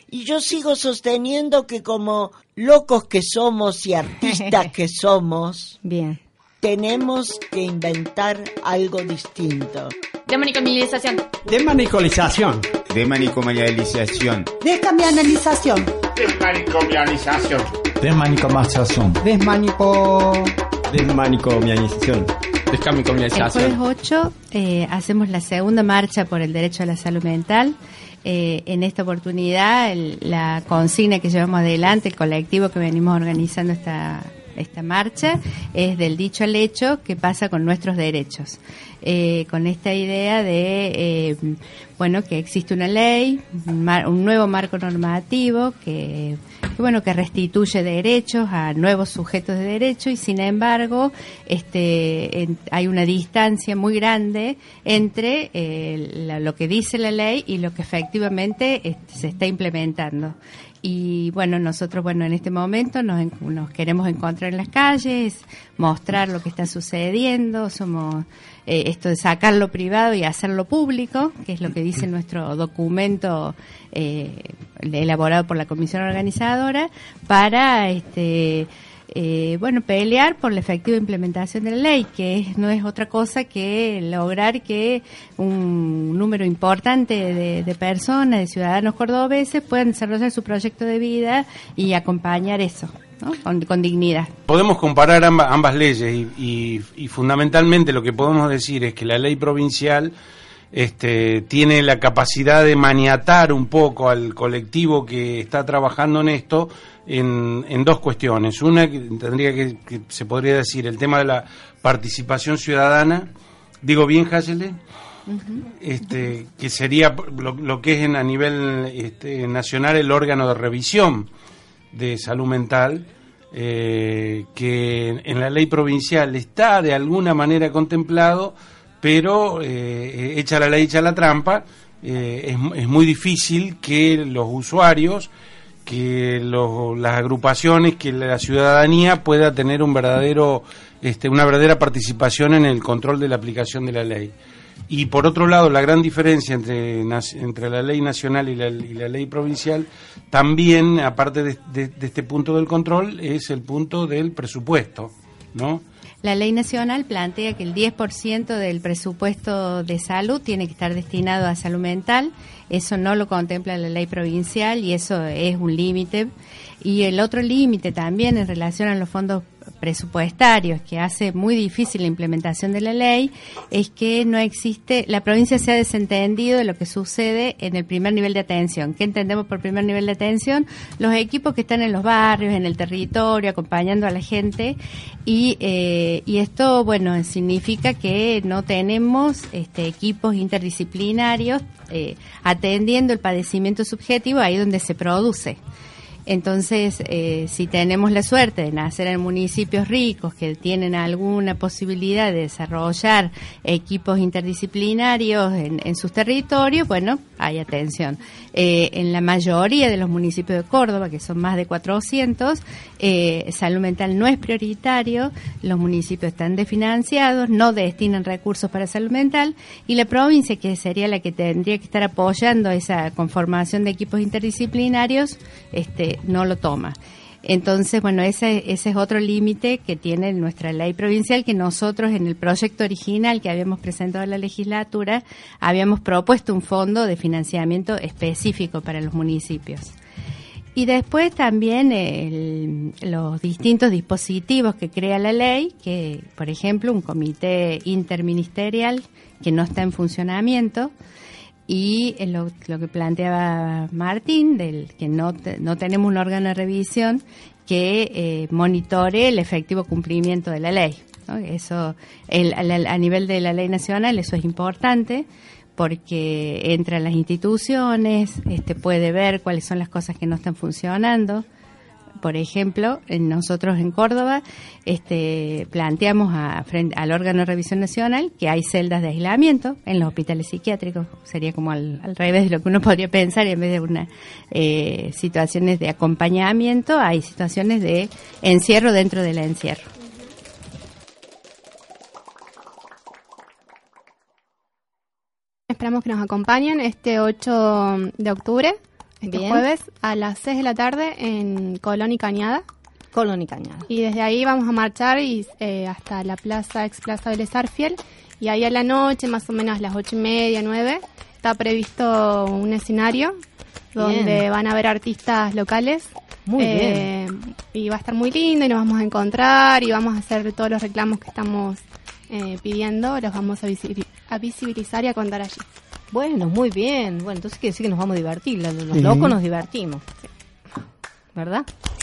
Y yo sigo sosteniendo que como locos que somos y artistas que somos, bien, tenemos que inventar algo distinto. Demanicomialización. Desmanicolización. Desmanicomalización. Descambianalización. Desmanicomialización. Desmanicomialización. Desmanicomialización. El jueves 8 hacemos la segunda marcha por el derecho a la salud mental. En esta oportunidad, la consigna que llevamos adelante, el colectivo que venimos organizando esta marcha, es del dicho al hecho, ¿qué pasa con nuestros derechos? Con esta idea de, que existe una ley, un nuevo marco normativo que restituye derechos a nuevos sujetos de derecho, y sin embargo hay una distancia muy grande entre lo que dice la ley y lo que efectivamente se está implementando. Y nosotros en este momento nos queremos encontrar en las calles, mostrar lo que está sucediendo, somos esto de sacar lo privado y hacerlo público, que es lo que dice nuestro documento elaborado por la comisión organizadora, para pelear por la efectiva implementación de la ley, que no es otra cosa que lograr que un número importante de personas, de ciudadanos cordobeses, puedan desarrollar su proyecto de vida y acompañar eso, ¿no? Con dignidad. Podemos comparar ambas leyes y fundamentalmente lo que podemos decir es que la ley provincial tiene la capacidad de maniatar un poco al colectivo que está trabajando en esto en dos cuestiones. Una que tendría que se podría decir el tema de la participación ciudadana. ¿Digo bien, Hasele? Uh-huh. Que sería lo que es a nivel nacional el órgano de revisión de salud mental, que en la ley provincial está de alguna manera contemplado, pero hecha la ley, hecha la trampa, es muy difícil que los usuarios, que las agrupaciones, que la ciudadanía pueda tener una verdadera participación en el control de la aplicación de la ley. Y por otro lado, la gran diferencia entre la ley nacional y la ley provincial, también, aparte de este punto del control, es el punto del presupuesto, ¿no? La ley nacional plantea que el 10% del presupuesto de salud tiene que estar destinado a salud mental. Eso no lo contempla la ley provincial y eso es un límite. Y el otro límite también en relación a los fondos presupuestarios, que hace muy difícil la implementación de la ley, es que no existe, la provincia se ha desentendido de lo que sucede en el primer nivel de atención. ¿Qué entendemos por primer nivel de atención? Los equipos que están en los barrios, en el territorio, acompañando a la gente, y esto, significa que no tenemos equipos interdisciplinarios atendiendo el padecimiento subjetivo ahí donde se produce. Entonces, si tenemos la suerte de nacer en municipios ricos que tienen alguna posibilidad de desarrollar equipos interdisciplinarios en sus territorios, hay atención. En la mayoría de los municipios de Córdoba, que son más de 400, salud mental no es prioritario, los municipios están desfinanciados, no destinan recursos para salud mental, y la provincia, que sería la que tendría que estar apoyando esa conformación de equipos interdisciplinarios, no lo toma. Entonces, ese es otro límite que tiene nuestra ley provincial, que nosotros en el proyecto original que habíamos presentado a la legislatura habíamos propuesto un fondo de financiamiento específico para los municipios. Y después también los distintos dispositivos que crea la ley, que por ejemplo un comité interministerial que no está en funcionamiento, y lo que planteaba Martín, del que no tenemos un órgano de revisión que monitore el efectivo cumplimiento de la ley, ¿no? Eso, a nivel de la ley nacional, eso es importante, porque entra en las instituciones, puede ver cuáles son las cosas que no están funcionando. Por ejemplo, nosotros en Córdoba planteamos al órgano de revisión nacional que hay celdas de aislamiento en los hospitales psiquiátricos. Sería como al revés de lo que uno podría pensar, y en vez de situaciones de acompañamiento, hay situaciones de encierro dentro del encierro. Esperamos que nos acompañen este 8 de octubre este Bien. jueves a las 6 de la tarde en Colón y Cañada. Colón y Cañada. Y desde ahí vamos a marchar hasta la ex Plaza Vélez Arfiel. Y ahí a la noche, más o menos a las 8:30, 9, está previsto un escenario donde Bien. van a haber artistas locales. Muy bien. Y va a estar muy lindo y nos vamos a encontrar y vamos a hacer todos los reclamos que estamos pidiendo, los vamos a visibilizar y a contar allí. Bueno, muy bien. Bueno, entonces quiere decir que nos vamos a divertir. Los Sí. locos nos divertimos. ¿Verdad?